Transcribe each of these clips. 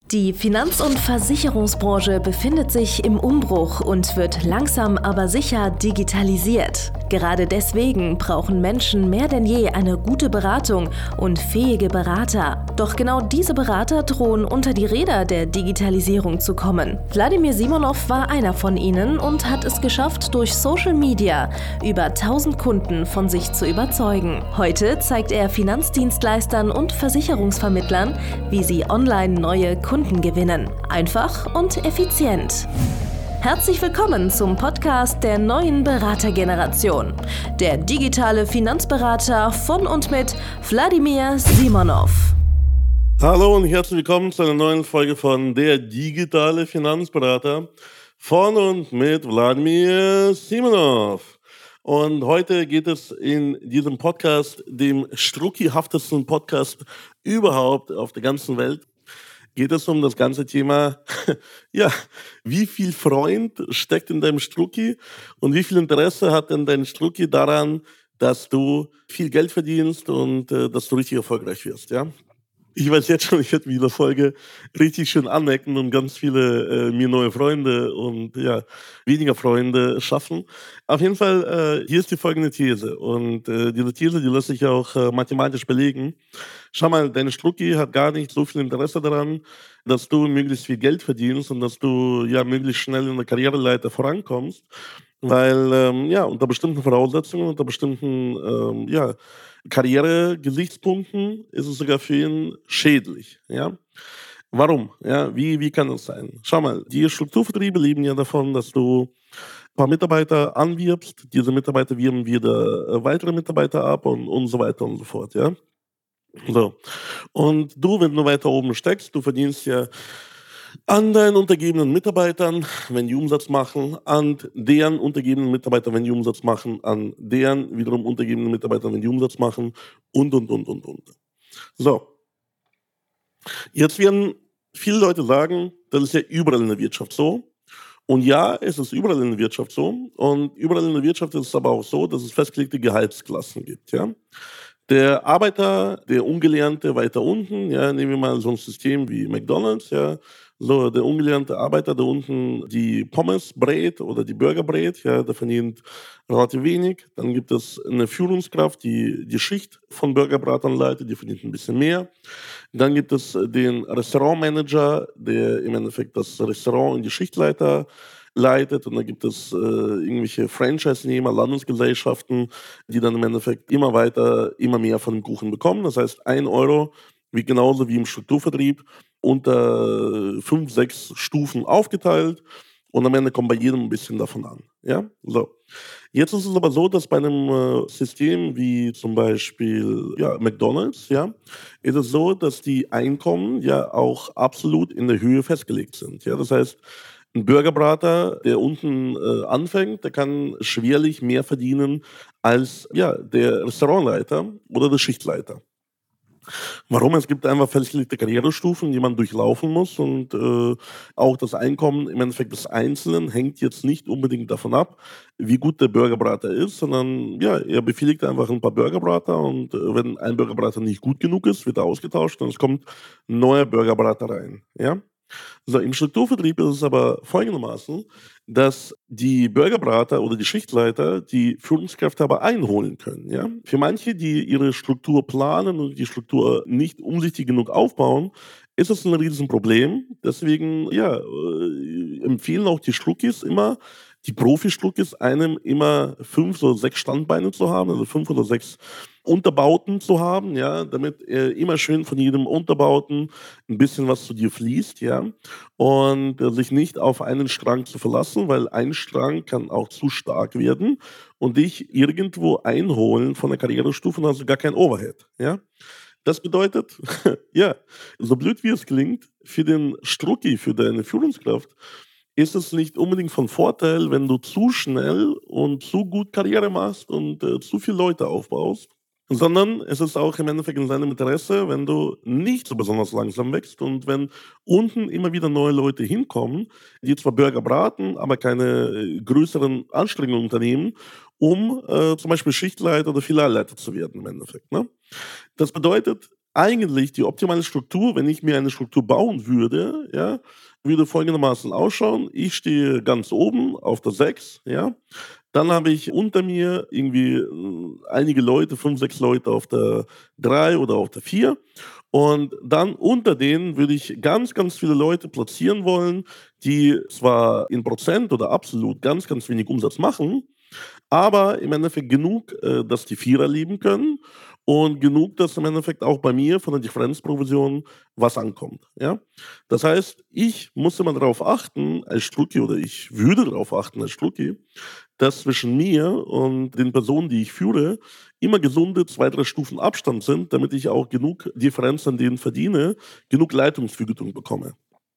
Die Finanz- und Versicherungsbranche befindet sich im Umbruch und wird langsam aber sicher digitalisiert. Gerade deswegen brauchen Menschen mehr denn je eine gute Beratung und fähige Berater. Doch genau diese Berater drohen unter die Räder der Digitalisierung zu kommen. Wladimir Simonov war einer von ihnen und hat es geschafft, durch Social Media über 1000 Kunden von sich zu überzeugen. Heute zeigt er Finanzdienstleistern und Versicherungsvermittlern, wie sie online neue Kunden gewinnen. Einfach und effizient. Herzlich willkommen zum Podcast der neuen Beratergeneration. Der digitale Finanzberater von und mit Wladimir Simonov. Hallo und herzlich willkommen zu einer neuen Folge von Der digitale Finanzberater von und mit Wladimir Simonov. Und heute geht es in diesem Podcast, dem struckihaftesten Podcast überhaupt auf der ganzen Welt, geht es um das ganze Thema, ja, wie viel Freund steckt in deinem Strucki und wie viel Interesse hat denn dein Strucki daran, dass du viel Geld verdienst und dass du richtig erfolgreich wirst, ja? Ich weiß jetzt schon, ich werde mit dieser Folge richtig schön anecken und ganz viele mir neue Freunde und ja, weniger Freunde schaffen. Auf jeden Fall, hier ist die folgende These. Und diese These, die lässt sich auch mathematisch belegen. Schau mal, deine Strucki hat gar nicht so viel Interesse daran, dass du möglichst viel Geld verdienst und dass du ja möglichst schnell in der Karriereleiter vorankommst. Weil ja, unter bestimmten Voraussetzungen, unter bestimmten ja, Karrieregesichtspunkten ist es sogar für ihn schädlich. Ja? Warum? Ja, wie kann das sein? Schau mal, die Strukturvertriebe leben ja davon, dass du ein paar Mitarbeiter anwirbst, diese Mitarbeiter wirben wieder weitere Mitarbeiter ab und so weiter und so fort. Ja? So. Und du, wenn du weiter oben steckst, du verdienst ja an deinen untergebenen Mitarbeitern, wenn die Umsatz machen, an deren untergebenen Mitarbeitern, wenn die Umsatz machen, an deren wiederum untergebenen Mitarbeitern, wenn die Umsatz machen und. So, jetzt werden viele Leute sagen, das ist ja überall in der Wirtschaft so. Und ja, es ist überall in der Wirtschaft so. Und überall in der Wirtschaft ist es aber auch so, dass es festgelegte Gehaltsklassen gibt, ja. Der Arbeiter, der Ungelernte weiter unten, ja, nehmen wir mal so ein System wie McDonald's, ja, so der ungelernte Arbeiter, der unten die Pommes brät oder die Burger brät, ja, der verdient relativ wenig. Dann gibt es eine Führungskraft, die die Schicht von Burgerbratern leitet, die verdient ein bisschen mehr. Dann gibt es den Restaurantmanager, der im Endeffekt das Restaurant in die Schichtleiter leitet. Und dann gibt es irgendwelche Franchise-Nehmer, Landesgesellschaften, die dann im Endeffekt immer weiter, immer mehr von dem Kuchen bekommen. Das heißt, 1 Euro, wie genauso wie im Strukturvertrieb, unter 5, 6 Stufen aufgeteilt. Und am Ende kommt bei jedem ein bisschen davon an. Ja? So. Jetzt ist es aber so, dass bei einem System wie zum Beispiel ja, McDonald's, ja, ist es so, dass die Einkommen ja auch absolut in der Höhe festgelegt sind. Ja? Das heißt, ein Burgerbrater, der unten anfängt, der kann schwerlich mehr verdienen als ja, der Restaurantleiter oder der Schichtleiter. Warum? Es gibt einfach festgelegte Karrierestufen, die man durchlaufen muss und auch das Einkommen im Endeffekt des Einzelnen hängt jetzt nicht unbedingt davon ab, wie gut der Burgerbrater ist, sondern ja, er befehligt einfach ein paar Burgerbrater und wenn ein Burgerbrater nicht gut genug ist, wird er ausgetauscht und es kommt ein neuer Burgerbrater rein. Ja? So, im Strukturvertrieb ist es aber folgendermaßen, dass die Burgerbrater oder die Schichtleiter die Führungskräfte aber einholen können. Ja? Für manche, die ihre Struktur planen und die Struktur nicht umsichtig genug aufbauen, ist das ein Riesenproblem. Deswegen ja, empfehlen auch die Struckis immer, die Profi-Struckis, einem immer 5 oder 6 Standbeine zu haben, also 5 oder 6 Unterbauten zu haben, ja, damit immer schön von jedem Unterbauten ein bisschen was zu dir fließt, ja, und sich nicht auf einen Strang zu verlassen, weil ein Strang kann auch zu stark werden und dich irgendwo einholen von der Karrierestufe und hast du gar kein Overhead, ja. Das bedeutet, ja, so blöd wie es klingt, für den Strucki, für deine Führungskraft, ist es nicht unbedingt von Vorteil, wenn du zu schnell und zu gut Karriere machst und zu viele Leute aufbaust, sondern es ist auch im Endeffekt in seinem Interesse, wenn du nicht so besonders langsam wächst und wenn unten immer wieder neue Leute hinkommen, die zwar Burger braten, aber keine größeren Anstrengungen unternehmen, um zum Beispiel Schichtleiter oder Filialleiter zu werden im Endeffekt. Ne? Das bedeutet, eigentlich die optimale Struktur, wenn ich mir eine Struktur bauen würde, ja, würde folgendermaßen ausschauen. Ich stehe ganz oben auf der 6, ja. Dann habe ich unter mir irgendwie einige Leute, 5, 6 Leute auf der 3 oder auf der 4. Und dann unter denen würde ich ganz, ganz viele Leute platzieren wollen, die zwar in Prozent oder absolut ganz, ganz wenig Umsatz machen, aber im Endeffekt genug, dass die Vierer leben können und genug, dass im Endeffekt auch bei mir von der Differenzprovision was ankommt, ja? Das heißt, ich muss immer darauf achten als Strucki oder ich würde darauf achten als Strucki, dass zwischen mir und den Personen, die ich führe, immer gesunde 2, 3 Stufen Abstand sind, damit ich auch genug Differenz an denen verdiene, genug Leitungsvergütung bekomme.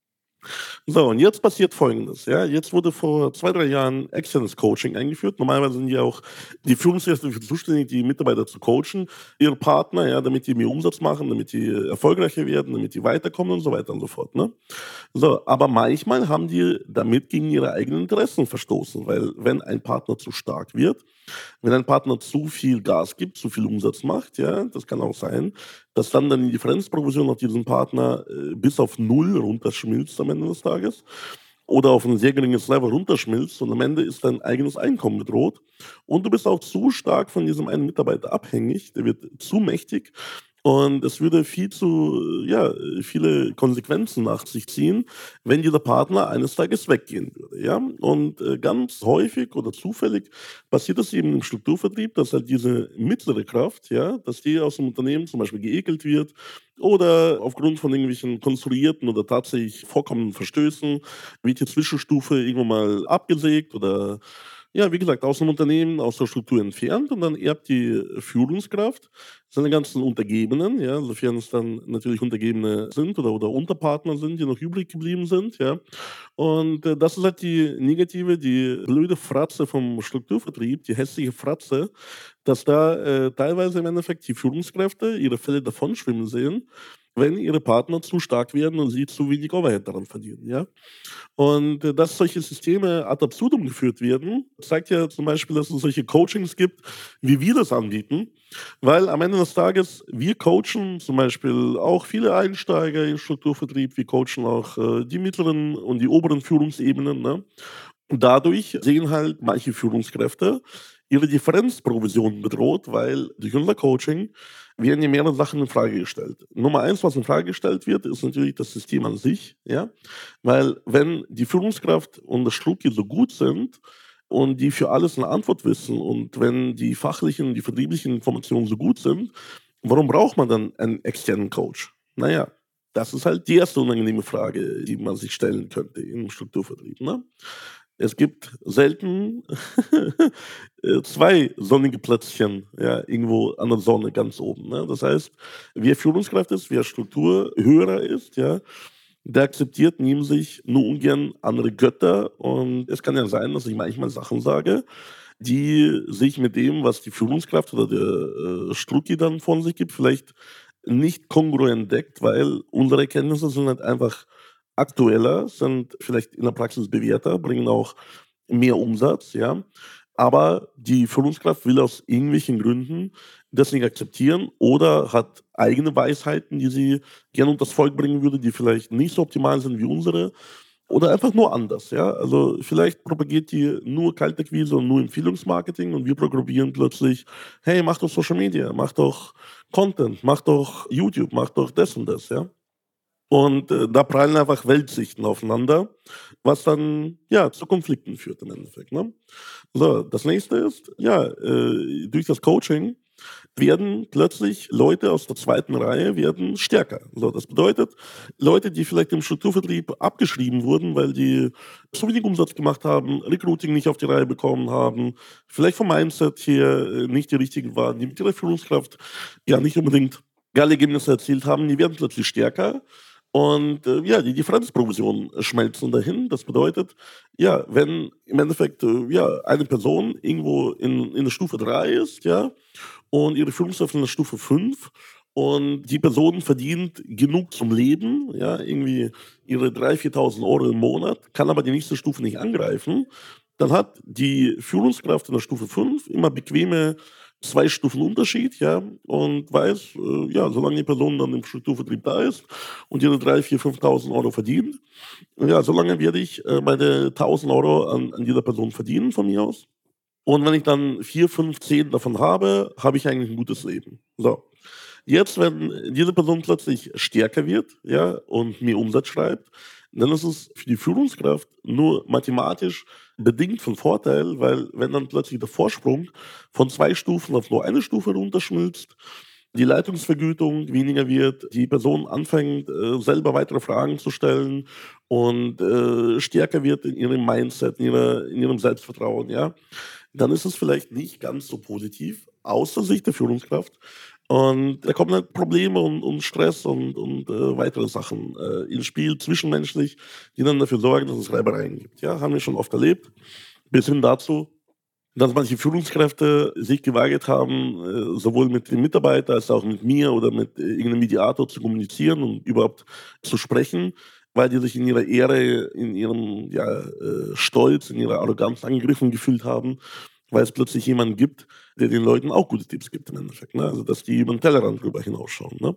So, und jetzt passiert Folgendes, ja. Jetzt wurde vor 2, 3 Jahren externes Coaching eingeführt. Normalerweise sind ja auch die Führungskräfte dafür zuständig, die Mitarbeiter zu coachen, ihre Partner, ja, damit die mehr Umsatz machen, damit die erfolgreicher werden, damit die weiterkommen und so weiter und so fort, ne? So, aber manchmal haben die damit gegen ihre eigenen Interessen verstoßen, weil wenn ein Partner zu stark wird, wenn ein Partner zu viel Gas gibt, zu viel Umsatz macht, ja, das kann auch sein, dass dann die Differenzprovision auf diesen Partner bis auf null runterschmilzt am Ende des Tages oder auf ein sehr geringes Level runterschmilzt und am Ende ist dein eigenes Einkommen bedroht und du bist auch zu stark von diesem einen Mitarbeiter abhängig, der wird zu mächtig und es würde viel zu, ja, viele Konsequenzen nach sich ziehen, wenn dieser Partner eines Tages weggehen würde, ja. Und ganz häufig oder zufällig passiert es eben im Strukturvertrieb, dass halt diese mittlere Kraft, ja, dass die aus dem Unternehmen zum Beispiel geekelt wird oder aufgrund von irgendwelchen konstruierten oder tatsächlich vorkommenden Verstößen wird die Zwischenstufe irgendwann mal abgesägt oder ja, wie gesagt, aus dem Unternehmen, aus der Struktur entfernt und dann erbt die Führungskraft seine ganzen Untergebenen, ja, sofern es dann natürlich Untergebene sind oder Unterpartner sind, die noch übrig geblieben sind, ja. Und das ist halt die negative, die blöde Fratze vom Strukturvertrieb, die hässliche Fratze, dass da teilweise im Endeffekt die Führungskräfte ihre Fälle davonschwimmen sehen, wenn ihre Partner zu stark werden und sie zu wenig Overhead daran verdienen, ja. Und dass solche Systeme ad absurdum geführt werden, zeigt ja zum Beispiel, dass es solche Coachings gibt, wie wir das anbieten. Weil am Ende des Tages, wir coachen zum Beispiel auch viele Einsteiger im Strukturvertrieb, wir coachen auch die mittleren und die oberen Führungsebenen. Ne? Und dadurch sehen halt manche Führungskräfte ihre Differenzprovisionen bedroht, weil durch unser Coaching werden ja mehrere Sachen in Frage gestellt. Nummer eins, was in Frage gestellt wird, ist natürlich das System an sich, ja, weil wenn die Führungskraft und das Strucki so gut sind und die für alles eine Antwort wissen und wenn die fachlichen, die vertrieblichen Informationen so gut sind, warum braucht man dann einen externen Coach? Naja, das ist halt die erste unangenehme Frage, die man sich stellen könnte im Strukturvertrieb. Ne? Es gibt selten 2 sonnige Plätzchen, ja, irgendwo an der Sonne ganz oben, ne? Das heißt, wer Führungskraft ist, wer Strukturhörer ist, ja, der akzeptiert neben sich nur ungern andere Götter und es kann ja sein, dass ich manchmal Sachen sage, die sich mit dem, was die Führungskraft oder der, Strucki dann von sich gibt, vielleicht nicht kongruent deckt, weil unsere Erkenntnisse sind halt einfach aktueller, sind vielleicht in der Praxis bewährter, bringen auch mehr Umsatz, ja. Aber die Führungskraft will aus irgendwelchen Gründen das nicht akzeptieren oder hat eigene Weisheiten, die sie gerne unters Volk bringen würde, die vielleicht nicht so optimal sind wie unsere oder einfach nur anders, ja. Also, vielleicht propagiert die nur Kaltakquise und nur Empfehlungsmarketing und wir propagieren plötzlich: „Hey, mach doch Social Media, mach doch Content, mach doch YouTube, mach doch das und das“, ja. Und da prallen einfach Weltsichten aufeinander, was dann, ja, zu Konflikten führt im Endeffekt, ne? So, das nächste ist, ja, durch das Coaching werden plötzlich Leute aus der zweiten Reihe werden stärker. So, das bedeutet, Leute, die vielleicht im Strukturvertrieb abgeschrieben wurden, weil die zu wenig Umsatz gemacht haben, Recruiting nicht auf die Reihe bekommen haben, vielleicht vom Mindset her nicht die richtigen waren, die mit ihrer Führungskraft ja nicht unbedingt geile Ergebnisse erzielt haben, die werden plötzlich stärker. Und ja, die Differenzprovisionen schmelzen dahin. Das bedeutet, ja, wenn im Endeffekt ja, eine Person irgendwo in der Stufe 3 ist, ja, und ihre Führungskraft in der Stufe 5 und die Person verdient genug zum Leben, ja, irgendwie ihre 3.000, 4.000 Euro im Monat, kann aber die nächste Stufe nicht angreifen, dann hat die Führungskraft in der Stufe 5 immer bequeme 2 Stufen Unterschied, ja, und weiß, ja, solange die Person dann im Strukturvertrieb da ist und ihre 3, 4, 5.000 Euro verdient, ja, solange werde ich meine 1.000 Euro an dieser Person verdienen von mir aus. Und wenn ich dann 4, 5, 10 davon habe ich eigentlich ein gutes Leben. So. Jetzt, wenn diese Person plötzlich stärker wird, ja, und mehr Umsatz schreibt, dann ist es für die Führungskraft nur mathematisch bedingt von Vorteil, weil wenn dann plötzlich der Vorsprung von 2 Stufen auf nur eine Stufe runterschmilzt, die Leitungsvergütung weniger wird, die Person anfängt, selber weitere Fragen zu stellen und stärker wird in ihrem Mindset, in ihrem Selbstvertrauen, ja, dann ist es vielleicht nicht ganz so positiv aus der Sicht der Führungskraft. Und da kommen halt Probleme und Stress und weitere Sachen ins Spiel, zwischenmenschlich, die dann dafür sorgen, dass es Reibereien gibt. Ja, haben wir schon oft erlebt. Bis hin dazu, dass manche Führungskräfte sich geweigert haben, sowohl mit dem Mitarbeiter als auch mit mir oder mit irgendeinem Mediator zu kommunizieren und überhaupt zu sprechen, weil die sich in ihrer Ehre, in ihrem Stolz, in ihrer Arroganz angegriffen gefühlt haben, weil es plötzlich jemanden gibt, der den Leuten auch gute Tipps gibt im Endeffekt. Ne? Also, dass die über den Tellerrand drüber hinausschauen. Ne?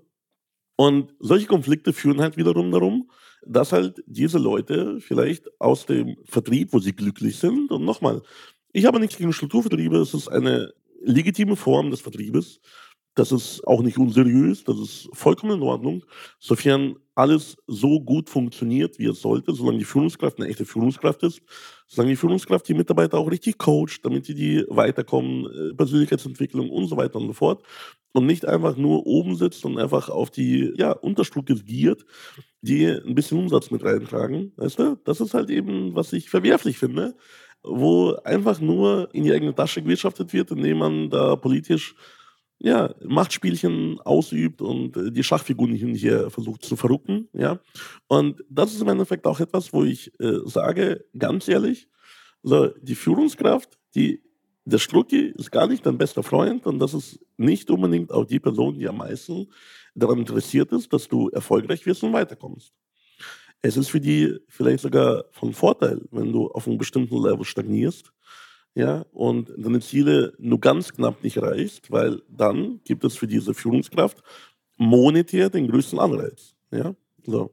Und solche Konflikte führen halt wiederum darum, dass halt diese Leute vielleicht aus dem Vertrieb, wo sie glücklich sind, und nochmal, ich habe nichts gegen Strukturvertriebe, es ist eine legitime Form des Vertriebes. Das ist auch nicht unseriös, das ist vollkommen in Ordnung, sofern alles so gut funktioniert, wie es sollte, solange die Führungskraft eine echte Führungskraft ist, solange die Führungskraft die Mitarbeiter auch richtig coacht, damit die weiterkommen, Persönlichkeitsentwicklung und so weiter und so fort und nicht einfach nur oben sitzt und einfach auf die Unterstruktur giert, die ein bisschen Umsatz mit reintragen, weißt du? Das ist halt eben, was ich verwerflich finde, wo einfach nur in die eigene Tasche gewirtschaftet wird, indem man da politisch Machtspielchen ausübt und die Schachfiguren hier versucht zu verrücken, ja. Und das ist im Endeffekt auch etwas, wo ich sage, ganz ehrlich, so, die Führungskraft, der Strucki ist gar nicht dein bester Freund und das ist nicht unbedingt auch die Person, die am meisten daran interessiert ist, dass du erfolgreich wirst und weiterkommst. Es ist für die vielleicht sogar von Vorteil, wenn du auf einem bestimmten Level stagnierst, ja, und deine Ziele nur ganz knapp nicht erreichst, weil dann gibt es für diese Führungskraft monetär den größten Anreiz, ja, so.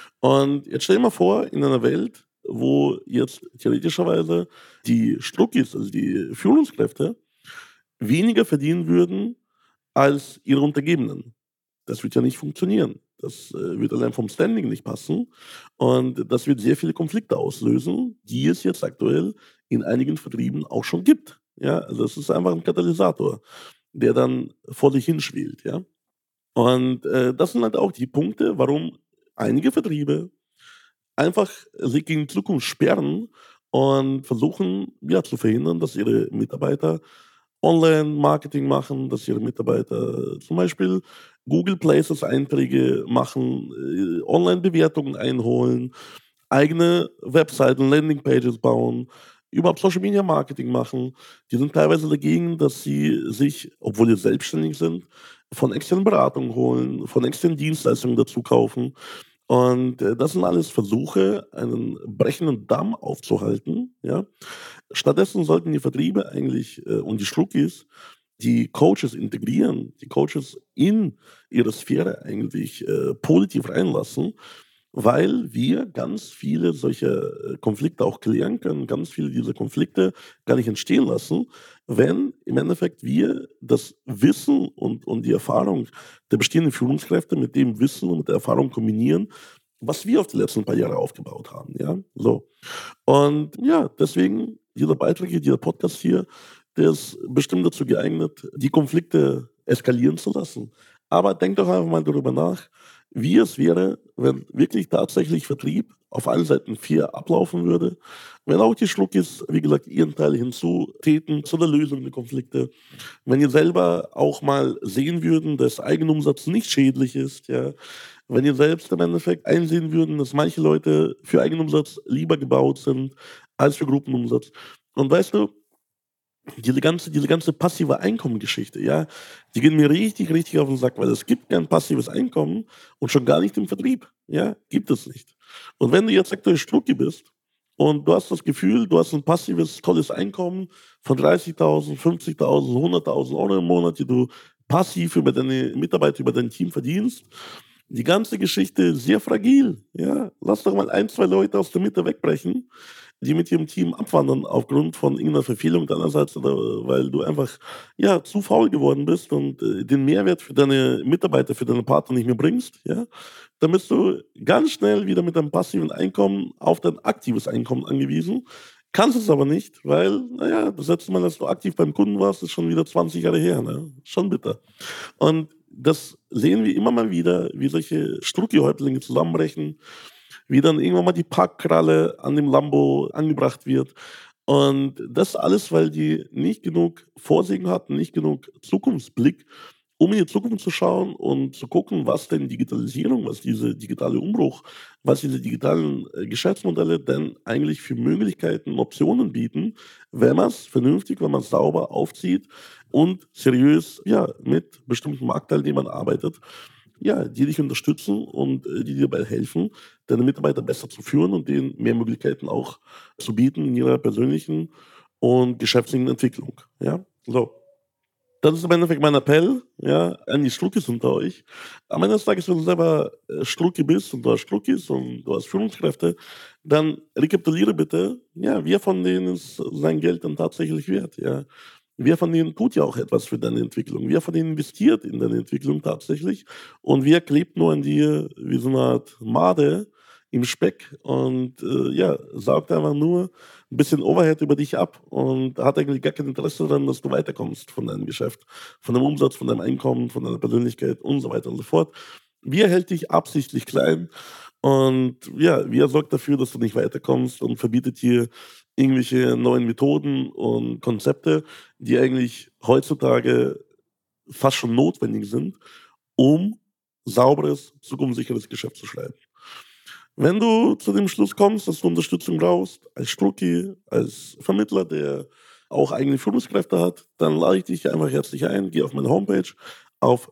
Und jetzt stell dir mal vor, in einer Welt, wo jetzt theoretischerweise die Struckis, also die Führungskräfte, weniger verdienen würden als ihre Untergebenen. Das wird ja nicht funktionieren. Das wird allein vom Standing nicht passen. Und das wird sehr viele Konflikte auslösen, die es jetzt aktuell in einigen Vertrieben auch schon gibt. Ja, also es ist einfach ein Katalysator, der dann vor sich hinschwelt. Ja. Und das sind halt auch die Punkte, warum einige Vertriebe einfach sich gegen die Zukunft sperren und versuchen, ja, zu verhindern, dass ihre Mitarbeiter Online-Marketing machen, dass ihre Mitarbeiter zum Beispiel Google Places-Einträge machen, Online-Bewertungen einholen, eigene Webseiten, Landingpages bauen, überhaupt Social-Media-Marketing machen. Die sind teilweise dagegen, dass sie sich, obwohl sie selbstständig sind, von externen Beratungen holen, von externen Dienstleistungen dazu kaufen. Und das sind alles Versuche, einen brechenden Damm aufzuhalten. Ja? Stattdessen sollten die Vertriebe eigentlich und die Schluckis die Coaches integrieren, die Coaches in ihre Sphäre eigentlich positiv reinlassen, weil wir ganz viele solche Konflikte auch klären können, ganz viele dieser Konflikte gar nicht entstehen lassen, wenn im Endeffekt wir das Wissen und die Erfahrung der bestehenden Führungskräfte mit dem Wissen und mit der Erfahrung kombinieren, was wir auf die letzten paar Jahre aufgebaut haben. Ja, so. Und ja, deswegen dieser Beitrag hier, dieser Podcast hier, der ist bestimmt dazu geeignet, die Konflikte eskalieren zu lassen. Aber denkt doch einfach mal darüber nach, wie es wäre, wenn wirklich tatsächlich Vertrieb auf allen Seiten fair ablaufen würde, wenn auch die Schluckis, wie gesagt, ihren Teil hinzutreten zu der Lösung der Konflikte, wenn ihr selber auch mal sehen würden, dass Eigenumsatz nicht schädlich ist, ja, wenn ihr selbst im Endeffekt einsehen würden, dass manche Leute für Eigenumsatz lieber gebaut sind als für Gruppenumsatz. Und weißt du, diese ganze passive Einkommengeschichte, ja, die gehen mir richtig, richtig auf den Sack, weil es gibt kein passives Einkommen und schon gar nicht im Vertrieb, ja, gibt es nicht. Und wenn du jetzt aktuell Strucki bist und du hast das Gefühl, du hast ein passives, tolles Einkommen von 30.000, 50.000, 100.000 Euro im Monat, die du passiv über deine Mitarbeiter, über dein Team verdienst. Die ganze Geschichte ist sehr fragil. Ja? Lass doch mal 1, 2 Leute aus der Mitte wegbrechen, die mit ihrem Team abwandern aufgrund von irgendeiner Verfehlung deinerseits oder weil du einfach zu faul geworden bist und den Mehrwert für deine Mitarbeiter, für deine Partner nicht mehr bringst. Ja? Dann bist du ganz schnell wieder mit deinem passiven Einkommen auf dein aktives Einkommen angewiesen. Kannst es aber nicht, weil, das letzte Mal, als du aktiv beim Kunden warst, ist schon wieder 20 Jahre her. Ne? Schon bitter. Und das sehen wir immer mal wieder, wie solche Strucki-Häuptlinge zusammenbrechen, wie dann irgendwann mal die Parkkralle an dem Lambo angebracht wird. Und das alles, weil die nicht genug Vorsehen hatten, nicht genug Zukunftsblick, um in die Zukunft zu schauen und zu gucken, was denn Digitalisierung, was dieser digitale Umbruch, was diese digitalen Geschäftsmodelle denn eigentlich für Möglichkeiten, Optionen bieten, wenn man es vernünftig, wenn man es sauber aufzieht und seriös mit bestimmten Marktteilnehmern arbeitet, die dich unterstützen und die dir dabei helfen, deine Mitarbeiter besser zu führen und denen mehr Möglichkeiten auch zu bieten in ihrer persönlichen und geschäftlichen Entwicklung. Ja, so. Das ist im Endeffekt mein Appell an die Struckis unter euch. Am Ende des Tages, wenn du selber Strucki bist und du hast Struckis und du hast Führungskräfte, dann rekapituliere bitte, wer von denen ist sein Geld dann tatsächlich wert. Ja? Wer von denen tut ja auch etwas für deine Entwicklung? Wer von denen investiert in deine Entwicklung tatsächlich? Und wer klebt nur an dir wie so eine Art Made im Speck und saugt einfach nur ein bisschen Overhead über dich ab und hat eigentlich gar kein Interesse daran, dass du weiterkommst von deinem Geschäft, von deinem Umsatz, von deinem Einkommen, von deiner Persönlichkeit und so weiter und so fort. Wer hält dich absichtlich klein und wer sorgt dafür, dass du nicht weiterkommst und verbietet dir irgendwelche neuen Methoden und Konzepte, die eigentlich heutzutage fast schon notwendig sind, um sauberes, zukunftssicheres Geschäft zu schreiben. Wenn du zu dem Schluss kommst, dass du Unterstützung brauchst, als Strucki, als Vermittler, der auch eigene Führungskräfte hat, dann lade ich dich einfach herzlich ein. Geh auf meine Homepage auf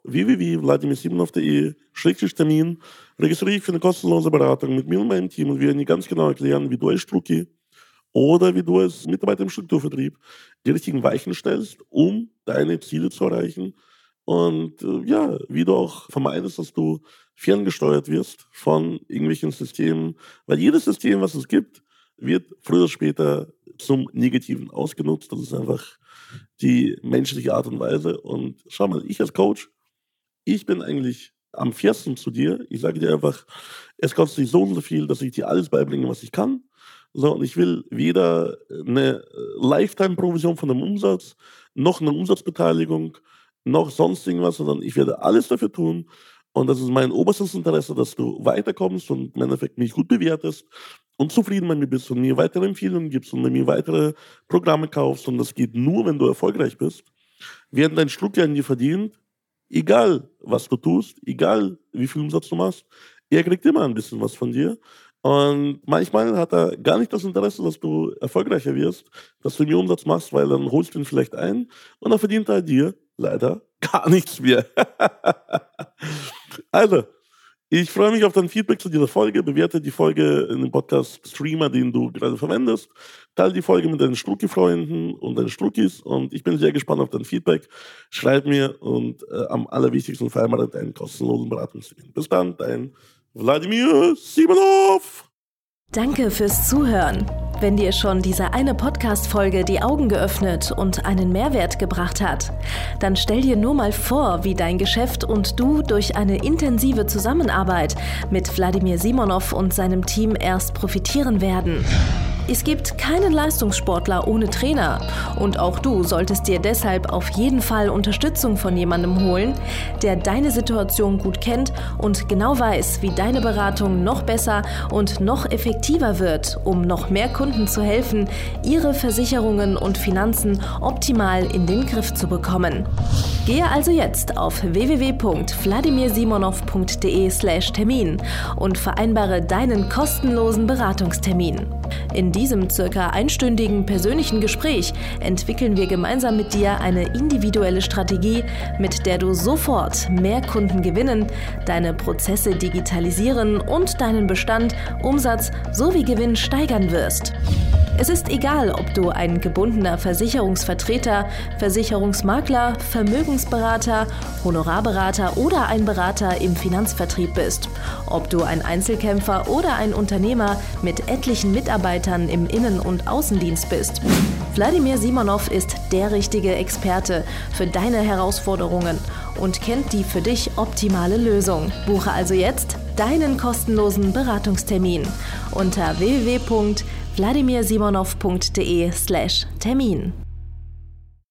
www.vladimirsimonov.de/Termin, registriere dich für eine kostenlose Beratung mit mir und meinem Team und wir werden dir ganz genau erklären, wie du als Strucki oder wie du als Mitarbeiter im Strukturvertrieb die richtigen Weichen stellst, um deine Ziele zu erreichen. Und wie du auch vermeidest, dass du ferngesteuert wirst von irgendwelchen Systemen. Weil jedes System, was es gibt, wird früher oder später zum Negativen ausgenutzt. Das ist einfach die menschliche Art und Weise. Und schau mal, ich als Coach, ich bin eigentlich am fairsten zu dir. Ich sage dir einfach, es kostet dich so und so viel, dass ich dir alles beibringe, was ich kann. So, und ich will weder eine Lifetime-Provision von einem Umsatz, noch eine Umsatzbeteiligung, noch sonst irgendwas, sondern ich werde alles dafür tun. Und das ist mein oberstes Interesse, dass du weiterkommst und im Endeffekt mich gut bewertest und zufrieden mit mir bist und mir weitere Empfehlungen gibst und mir weitere Programme kaufst. Und das geht nur, wenn du erfolgreich bist. Werden dein Strucki an dir verdient, egal was du tust, egal wie viel Umsatz du machst, er kriegt immer ein bisschen was von dir. Und manchmal hat er gar nicht das Interesse, dass du erfolgreicher wirst, dass du mehr Umsatz machst, weil dann holst du ihn vielleicht ein und dann verdient er dir leider gar nichts mehr. Also, ich freue mich auf dein Feedback zu dieser Folge. Bewerte die Folge in dem Podcast-Streamer, den du gerade verwendest. Teile die Folge mit deinen Strucki-Freunden und deinen Struckis und ich bin sehr gespannt auf dein Feedback. Schreib mir und am allerwichtigsten vereinbare deinen kostenlosen Beratungstermin. Bis dann, dein Wladimir Simonov. Danke fürs Zuhören. Wenn dir schon diese eine Podcast-Folge die Augen geöffnet und einen Mehrwert gebracht hat, dann stell dir nur mal vor, wie dein Geschäft und du durch eine intensive Zusammenarbeit mit Wladimir Simonov und seinem Team erst profitieren werden. Es gibt keinen Leistungssportler ohne Trainer und auch du solltest dir deshalb auf jeden Fall Unterstützung von jemandem holen, der deine Situation gut kennt und genau weiß, wie deine Beratung noch besser und noch effektiver wird, um noch mehr Kunden zu helfen, ihre Versicherungen und Finanzen optimal in den Griff zu bekommen. Gehe also jetzt auf www.vladimirsimonov.de/Termin und vereinbare deinen kostenlosen Beratungstermin. In diesem circa einstündigen persönlichen Gespräch entwickeln wir gemeinsam mit dir eine individuelle Strategie, mit der du sofort mehr Kunden gewinnen, deine Prozesse digitalisieren und deinen Bestand, Umsatz sowie Gewinn steigern wirst. Es ist egal, ob du ein gebundener Versicherungsvertreter, Versicherungsmakler, Vermögensberater, Honorarberater oder ein Berater im Finanzvertrieb bist. Ob du ein Einzelkämpfer oder ein Unternehmer mit etlichen Mitarbeitern im Innen- und Außendienst bist. Wladimir Simonov ist der richtige Experte für deine Herausforderungen und kennt die für dich optimale Lösung. Buche also jetzt deinen kostenlosen Beratungstermin unter www.wladimirsimonov.de/Termin.